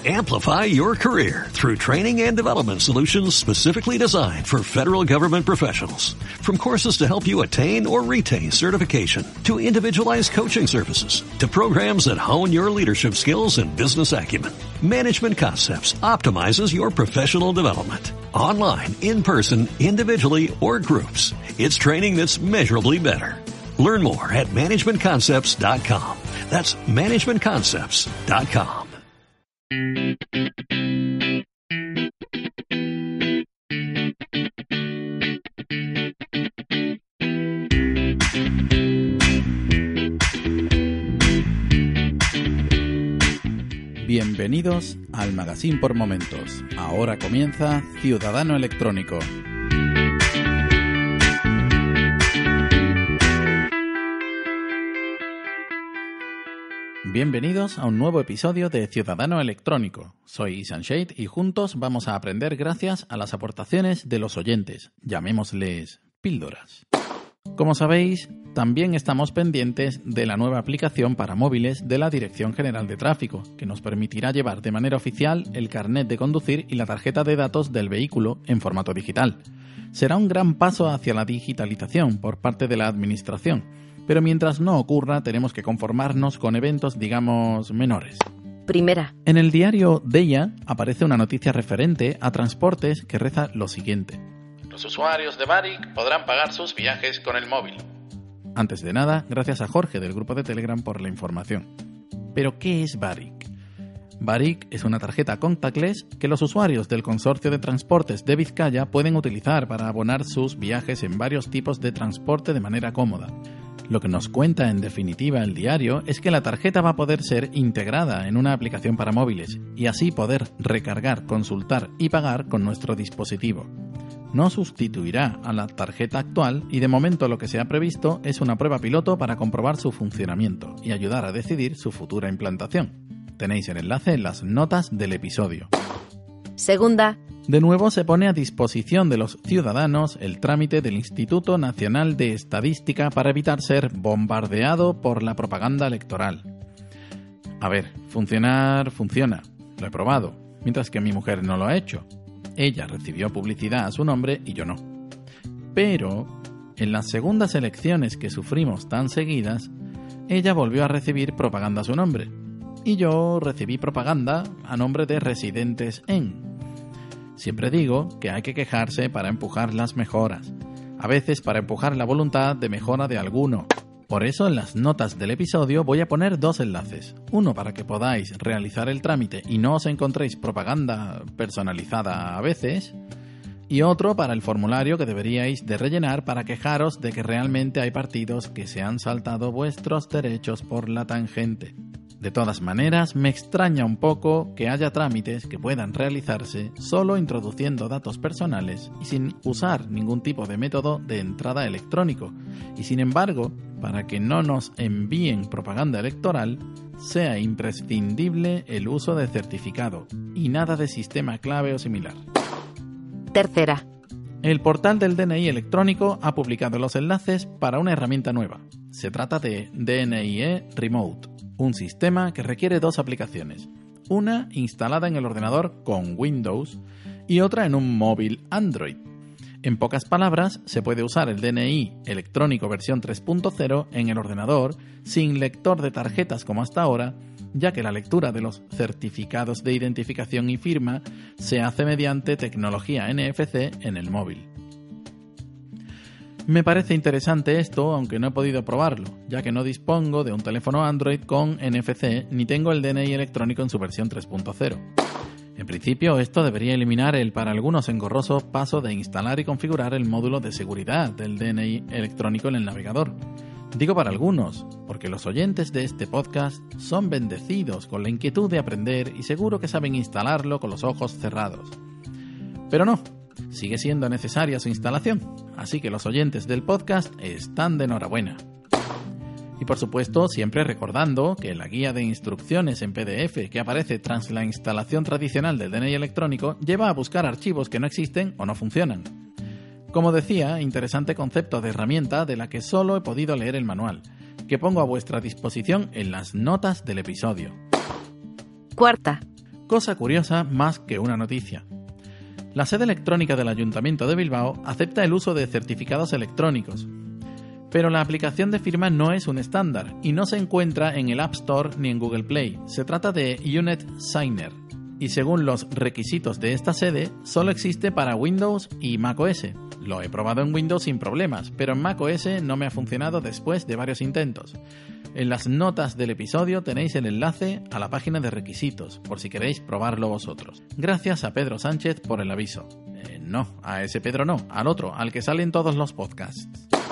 Amplify your career through training and development solutions specifically designed for federal government professionals. From courses to help you attain or retain certification, to individualized coaching services, to programs that hone your leadership skills and business acumen, Management Concepts optimizes your professional development. Online, in person, individually, or groups, it's training that's measurably better. Learn more at managementconcepts.com. That's managementconcepts.com. Bienvenidos al Magazine por Momentos. Ahora comienza Ciudadano Electrónico. Bienvenidos a un nuevo episodio de Ciudadano Electrónico. Soy Isan Shade y juntos vamos a aprender gracias a las aportaciones de los oyentes, llamémosles píldoras. Como sabéis, también estamos pendientes de la nueva aplicación para móviles de la Dirección General de Tráfico, que nos permitirá llevar de manera oficial el carnet de conducir y la tarjeta de datos del vehículo en formato digital. Será un gran paso hacia la digitalización por parte de la Administración, pero mientras no ocurra tenemos que conformarnos con eventos, digamos, menores. Primera. En el diario Deia aparece una noticia referente a transportes que reza lo siguiente. Los usuarios de Varik podrán pagar sus viajes con el móvil. Antes de nada, gracias a Jorge del grupo de Telegram por la información. ¿Pero qué es Varik? Varik es una tarjeta contactless que los usuarios del Consorcio de Transportes de Vizcaya pueden utilizar para abonar sus viajes en varios tipos de transporte de manera cómoda. Lo que nos cuenta en definitiva el diario es que la tarjeta va a poder ser integrada en una aplicación para móviles y así poder recargar, consultar y pagar con nuestro dispositivo. No sustituirá a la tarjeta actual y de momento lo que se ha previsto es una prueba piloto para comprobar su funcionamiento y ayudar a decidir su futura implantación. Tenéis el enlace en las notas del episodio. Segunda. De nuevo se pone a disposición de los ciudadanos el trámite del Instituto Nacional de Estadística para evitar ser bombardeado por la propaganda electoral. A ver, funcionar funciona, lo he probado, mientras que mi mujer no lo ha hecho. Ella recibió publicidad a su nombre y yo no. Pero, en las segundas elecciones que sufrimos tan seguidas, ella volvió a recibir propaganda a su nombre. Y yo recibí propaganda a nombre de residentes en. Siempre digo que hay que quejarse para empujar las mejoras. A veces para empujar la voluntad de mejora de alguno. Por eso en las notas del episodio voy a poner dos enlaces. Uno para que podáis realizar el trámite y no os encontréis propaganda personalizada a veces. Y otro para el formulario que deberíais de rellenar para quejaros de que realmente hay partidos que se han saltado vuestros derechos por la tangente. De todas maneras, me extraña un poco que haya trámites que puedan realizarse solo introduciendo datos personales y sin usar ningún tipo de método de entrada electrónico. Y sin embargo, para que no nos envíen propaganda electoral, sea imprescindible el uso de certificado y nada de sistema clave o similar. Tercera. El portal del DNI electrónico ha publicado los enlaces para una herramienta nueva. Se trata de DNIe Remote, un sistema que requiere dos aplicaciones, una instalada en el ordenador con Windows y otra en un móvil Android. En pocas palabras, se puede usar el DNI electrónico versión 3.0 en el ordenador sin lector de tarjetas como hasta ahora, ya que la lectura de los certificados de identificación y firma se hace mediante tecnología NFC en el móvil. Me parece interesante esto, aunque no he podido probarlo, ya que no dispongo de un teléfono Android con NFC ni tengo el DNI electrónico en su versión 3.0. En principio, esto debería eliminar el para algunos engorroso paso de instalar y configurar el módulo de seguridad del DNI electrónico en el navegador. Digo para algunos, porque los oyentes de este podcast son bendecidos con la inquietud de aprender y seguro que saben instalarlo con los ojos cerrados. Pero no, sigue siendo necesaria su instalación, así que los oyentes del podcast están de enhorabuena. Y por supuesto, siempre recordando que la guía de instrucciones en PDF que aparece tras la instalación tradicional del DNI electrónico lleva a buscar archivos que no existen o no funcionan. Como decía, interesante concepto de herramienta de la que solo he podido leer el manual, que pongo a vuestra disposición en las notas del episodio. Cuarta. Cosa curiosa más que una noticia. La sede electrónica del Ayuntamiento de Bilbao acepta el uso de certificados electrónicos, pero la aplicación de firma no es un estándar y no se encuentra en el App Store ni en Google Play. Se trata de Unit Signer y según los requisitos de esta sede solo existe para Windows y macOS. Lo he probado en Windows sin problemas, pero en macOS no me ha funcionado después de varios intentos. En las notas del episodio tenéis el enlace a la página de requisitos, por si queréis probarlo vosotros. Gracias a Pedro Sánchez por el aviso. No, a ese Pedro no, al otro, al que sale en todos los podcasts.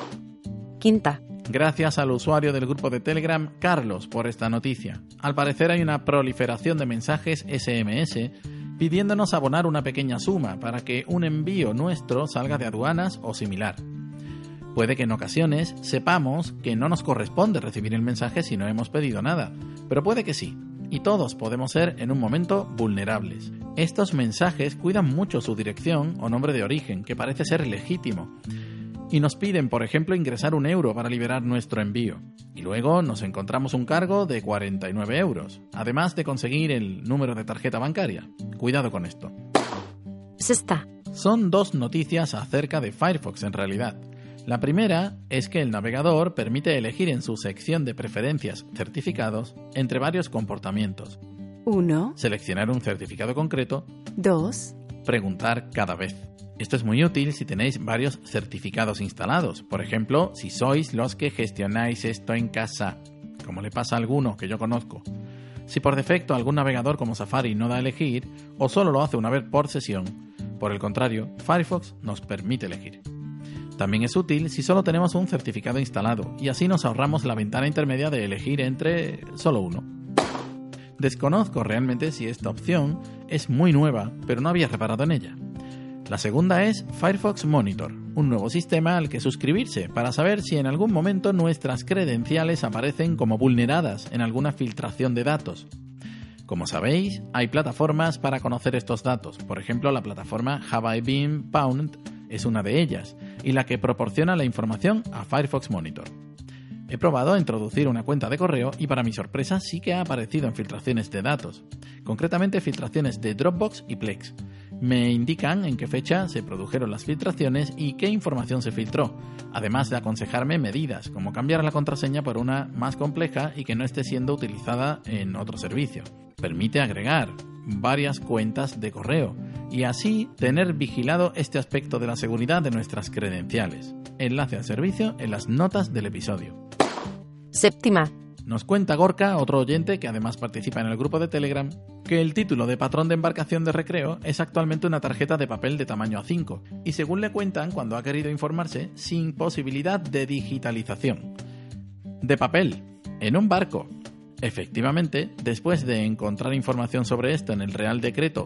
Quinta. Gracias al usuario del grupo de Telegram, Carlos, por esta noticia. Al parecer hay una proliferación de mensajes SMS pidiéndonos abonar una pequeña suma para que un envío nuestro salga de aduanas o similar. Puede que en ocasiones sepamos que no nos corresponde recibir el mensaje si no hemos pedido nada, pero puede que sí, y todos podemos ser en un momento vulnerables. Estos mensajes cuidan mucho su dirección o nombre de origen, que parece ser legítimo, y nos piden, por ejemplo, ingresar 1 euro para liberar nuestro envío. Y luego nos encontramos un cargo de 49 euros, además de conseguir el número de tarjeta bancaria. Cuidado con esto. Sexta. Son 2 noticias acerca de Firefox en realidad. La primera es que el navegador permite elegir en su sección de preferencias certificados entre varios comportamientos. 1. Seleccionar un certificado concreto. 2. Preguntar cada vez. Esto es muy útil si tenéis varios certificados instalados. Por ejemplo, si sois los que gestionáis esto en casa, como le pasa a alguno que yo conozco. Si por defecto algún navegador como Safari no da a elegir, o solo lo hace una vez por sesión. Por el contrario, Firefox nos permite elegir. También es útil si solo tenemos un certificado instalado, y así nos ahorramos la ventana intermedia de elegir entre solo uno. Desconozco realmente si esta opción es muy nueva, pero no había reparado en ella. La segunda es Firefox Monitor, un nuevo sistema al que suscribirse para saber si en algún momento nuestras credenciales aparecen como vulneradas en alguna filtración de datos. Como sabéis, hay plataformas para conocer estos datos. Por ejemplo, la plataforma Have I Been Pwned es una de ellas y la que proporciona la información a Firefox Monitor. He probado a introducir una cuenta de correo y para mi sorpresa sí que ha aparecido en filtraciones de datos, concretamente filtraciones de Dropbox y Plex. Me indican en qué fecha se produjeron las filtraciones y qué información se filtró, además de aconsejarme medidas, como cambiar la contraseña por una más compleja y que no esté siendo utilizada en otro servicio. Permite agregar varias cuentas de correo y así tener vigilado este aspecto de la seguridad de nuestras credenciales. Enlace al servicio en las notas del episodio. Séptima. Nos cuenta Gorka, otro oyente que además participa en el grupo de Telegram, que el título de patrón de embarcación de recreo es actualmente una tarjeta de papel de tamaño A5 y según le cuentan, cuando ha querido informarse, sin posibilidad de digitalización. De papel, en un barco. Efectivamente, después de encontrar información sobre esto en el Real Decreto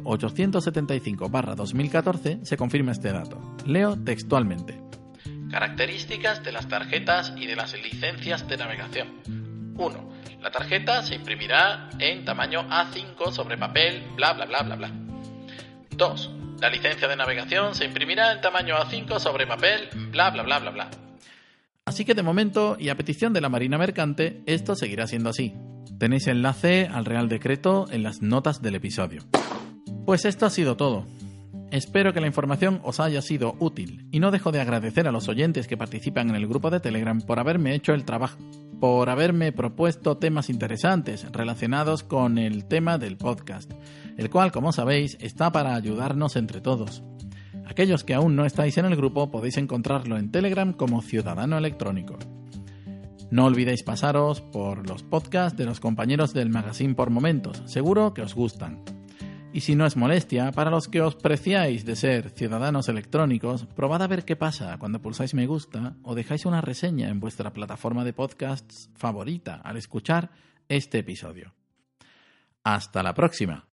875/2014, se confirma este dato. Leo textualmente. Características de las tarjetas y de las licencias de navegación. 1. La tarjeta se imprimirá en tamaño A5 sobre papel, bla bla bla bla bla. 2. La licencia de navegación se imprimirá en tamaño A5 sobre papel, bla bla bla bla bla. Así que de momento, y a petición de la Marina Mercante, esto seguirá siendo así. Tenéis enlace al Real Decreto en las notas del episodio. Pues esto ha sido todo. Espero que la información os haya sido útil y no dejo de agradecer a los oyentes que participan en el grupo de Telegram por haberme hecho el trabajo, por haberme propuesto temas interesantes relacionados con el tema del podcast, el cual, como sabéis, está para ayudarnos entre todos. Aquellos que aún no estáis en el grupo podéis encontrarlo en Telegram como Ciudadano Electrónico. No olvidéis pasaros por los podcasts de los compañeros del Magazine por Momentos, seguro que os gustan. Y si no es molestia, para los que os preciáis de ser ciudadanos electrónicos, probad a ver qué pasa cuando pulsáis me gusta o dejáis una reseña en vuestra plataforma de podcasts favorita al escuchar este episodio. ¡Hasta la próxima!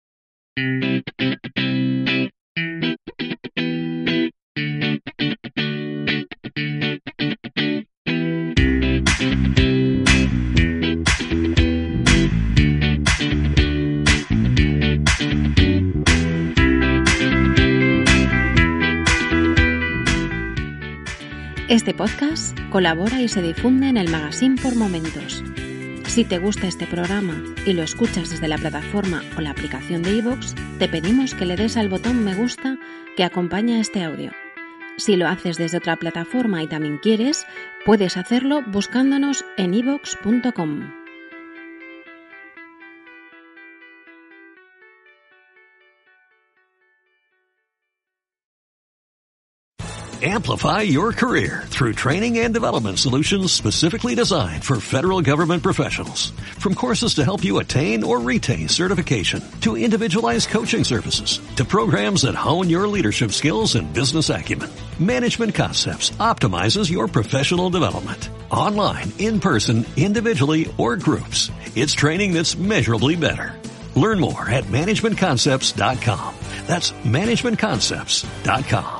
Este podcast colabora y se difunde en el Magazine por Momentos. Si te gusta este programa y lo escuchas desde la plataforma o la aplicación de iVoox, te pedimos que le des al botón me gusta que acompaña este audio. Si lo haces desde otra plataforma y también quieres, puedes hacerlo buscándonos en iVoox.com. Amplify your career through training and development solutions specifically designed for federal government professionals. From courses to help you attain or retain certification, to individualized coaching services, to programs that hone your leadership skills and business acumen, Management Concepts optimizes your professional development. Online, in person, individually, or groups, it's training that's measurably better. Learn more at managementconcepts.com. That's managementconcepts.com.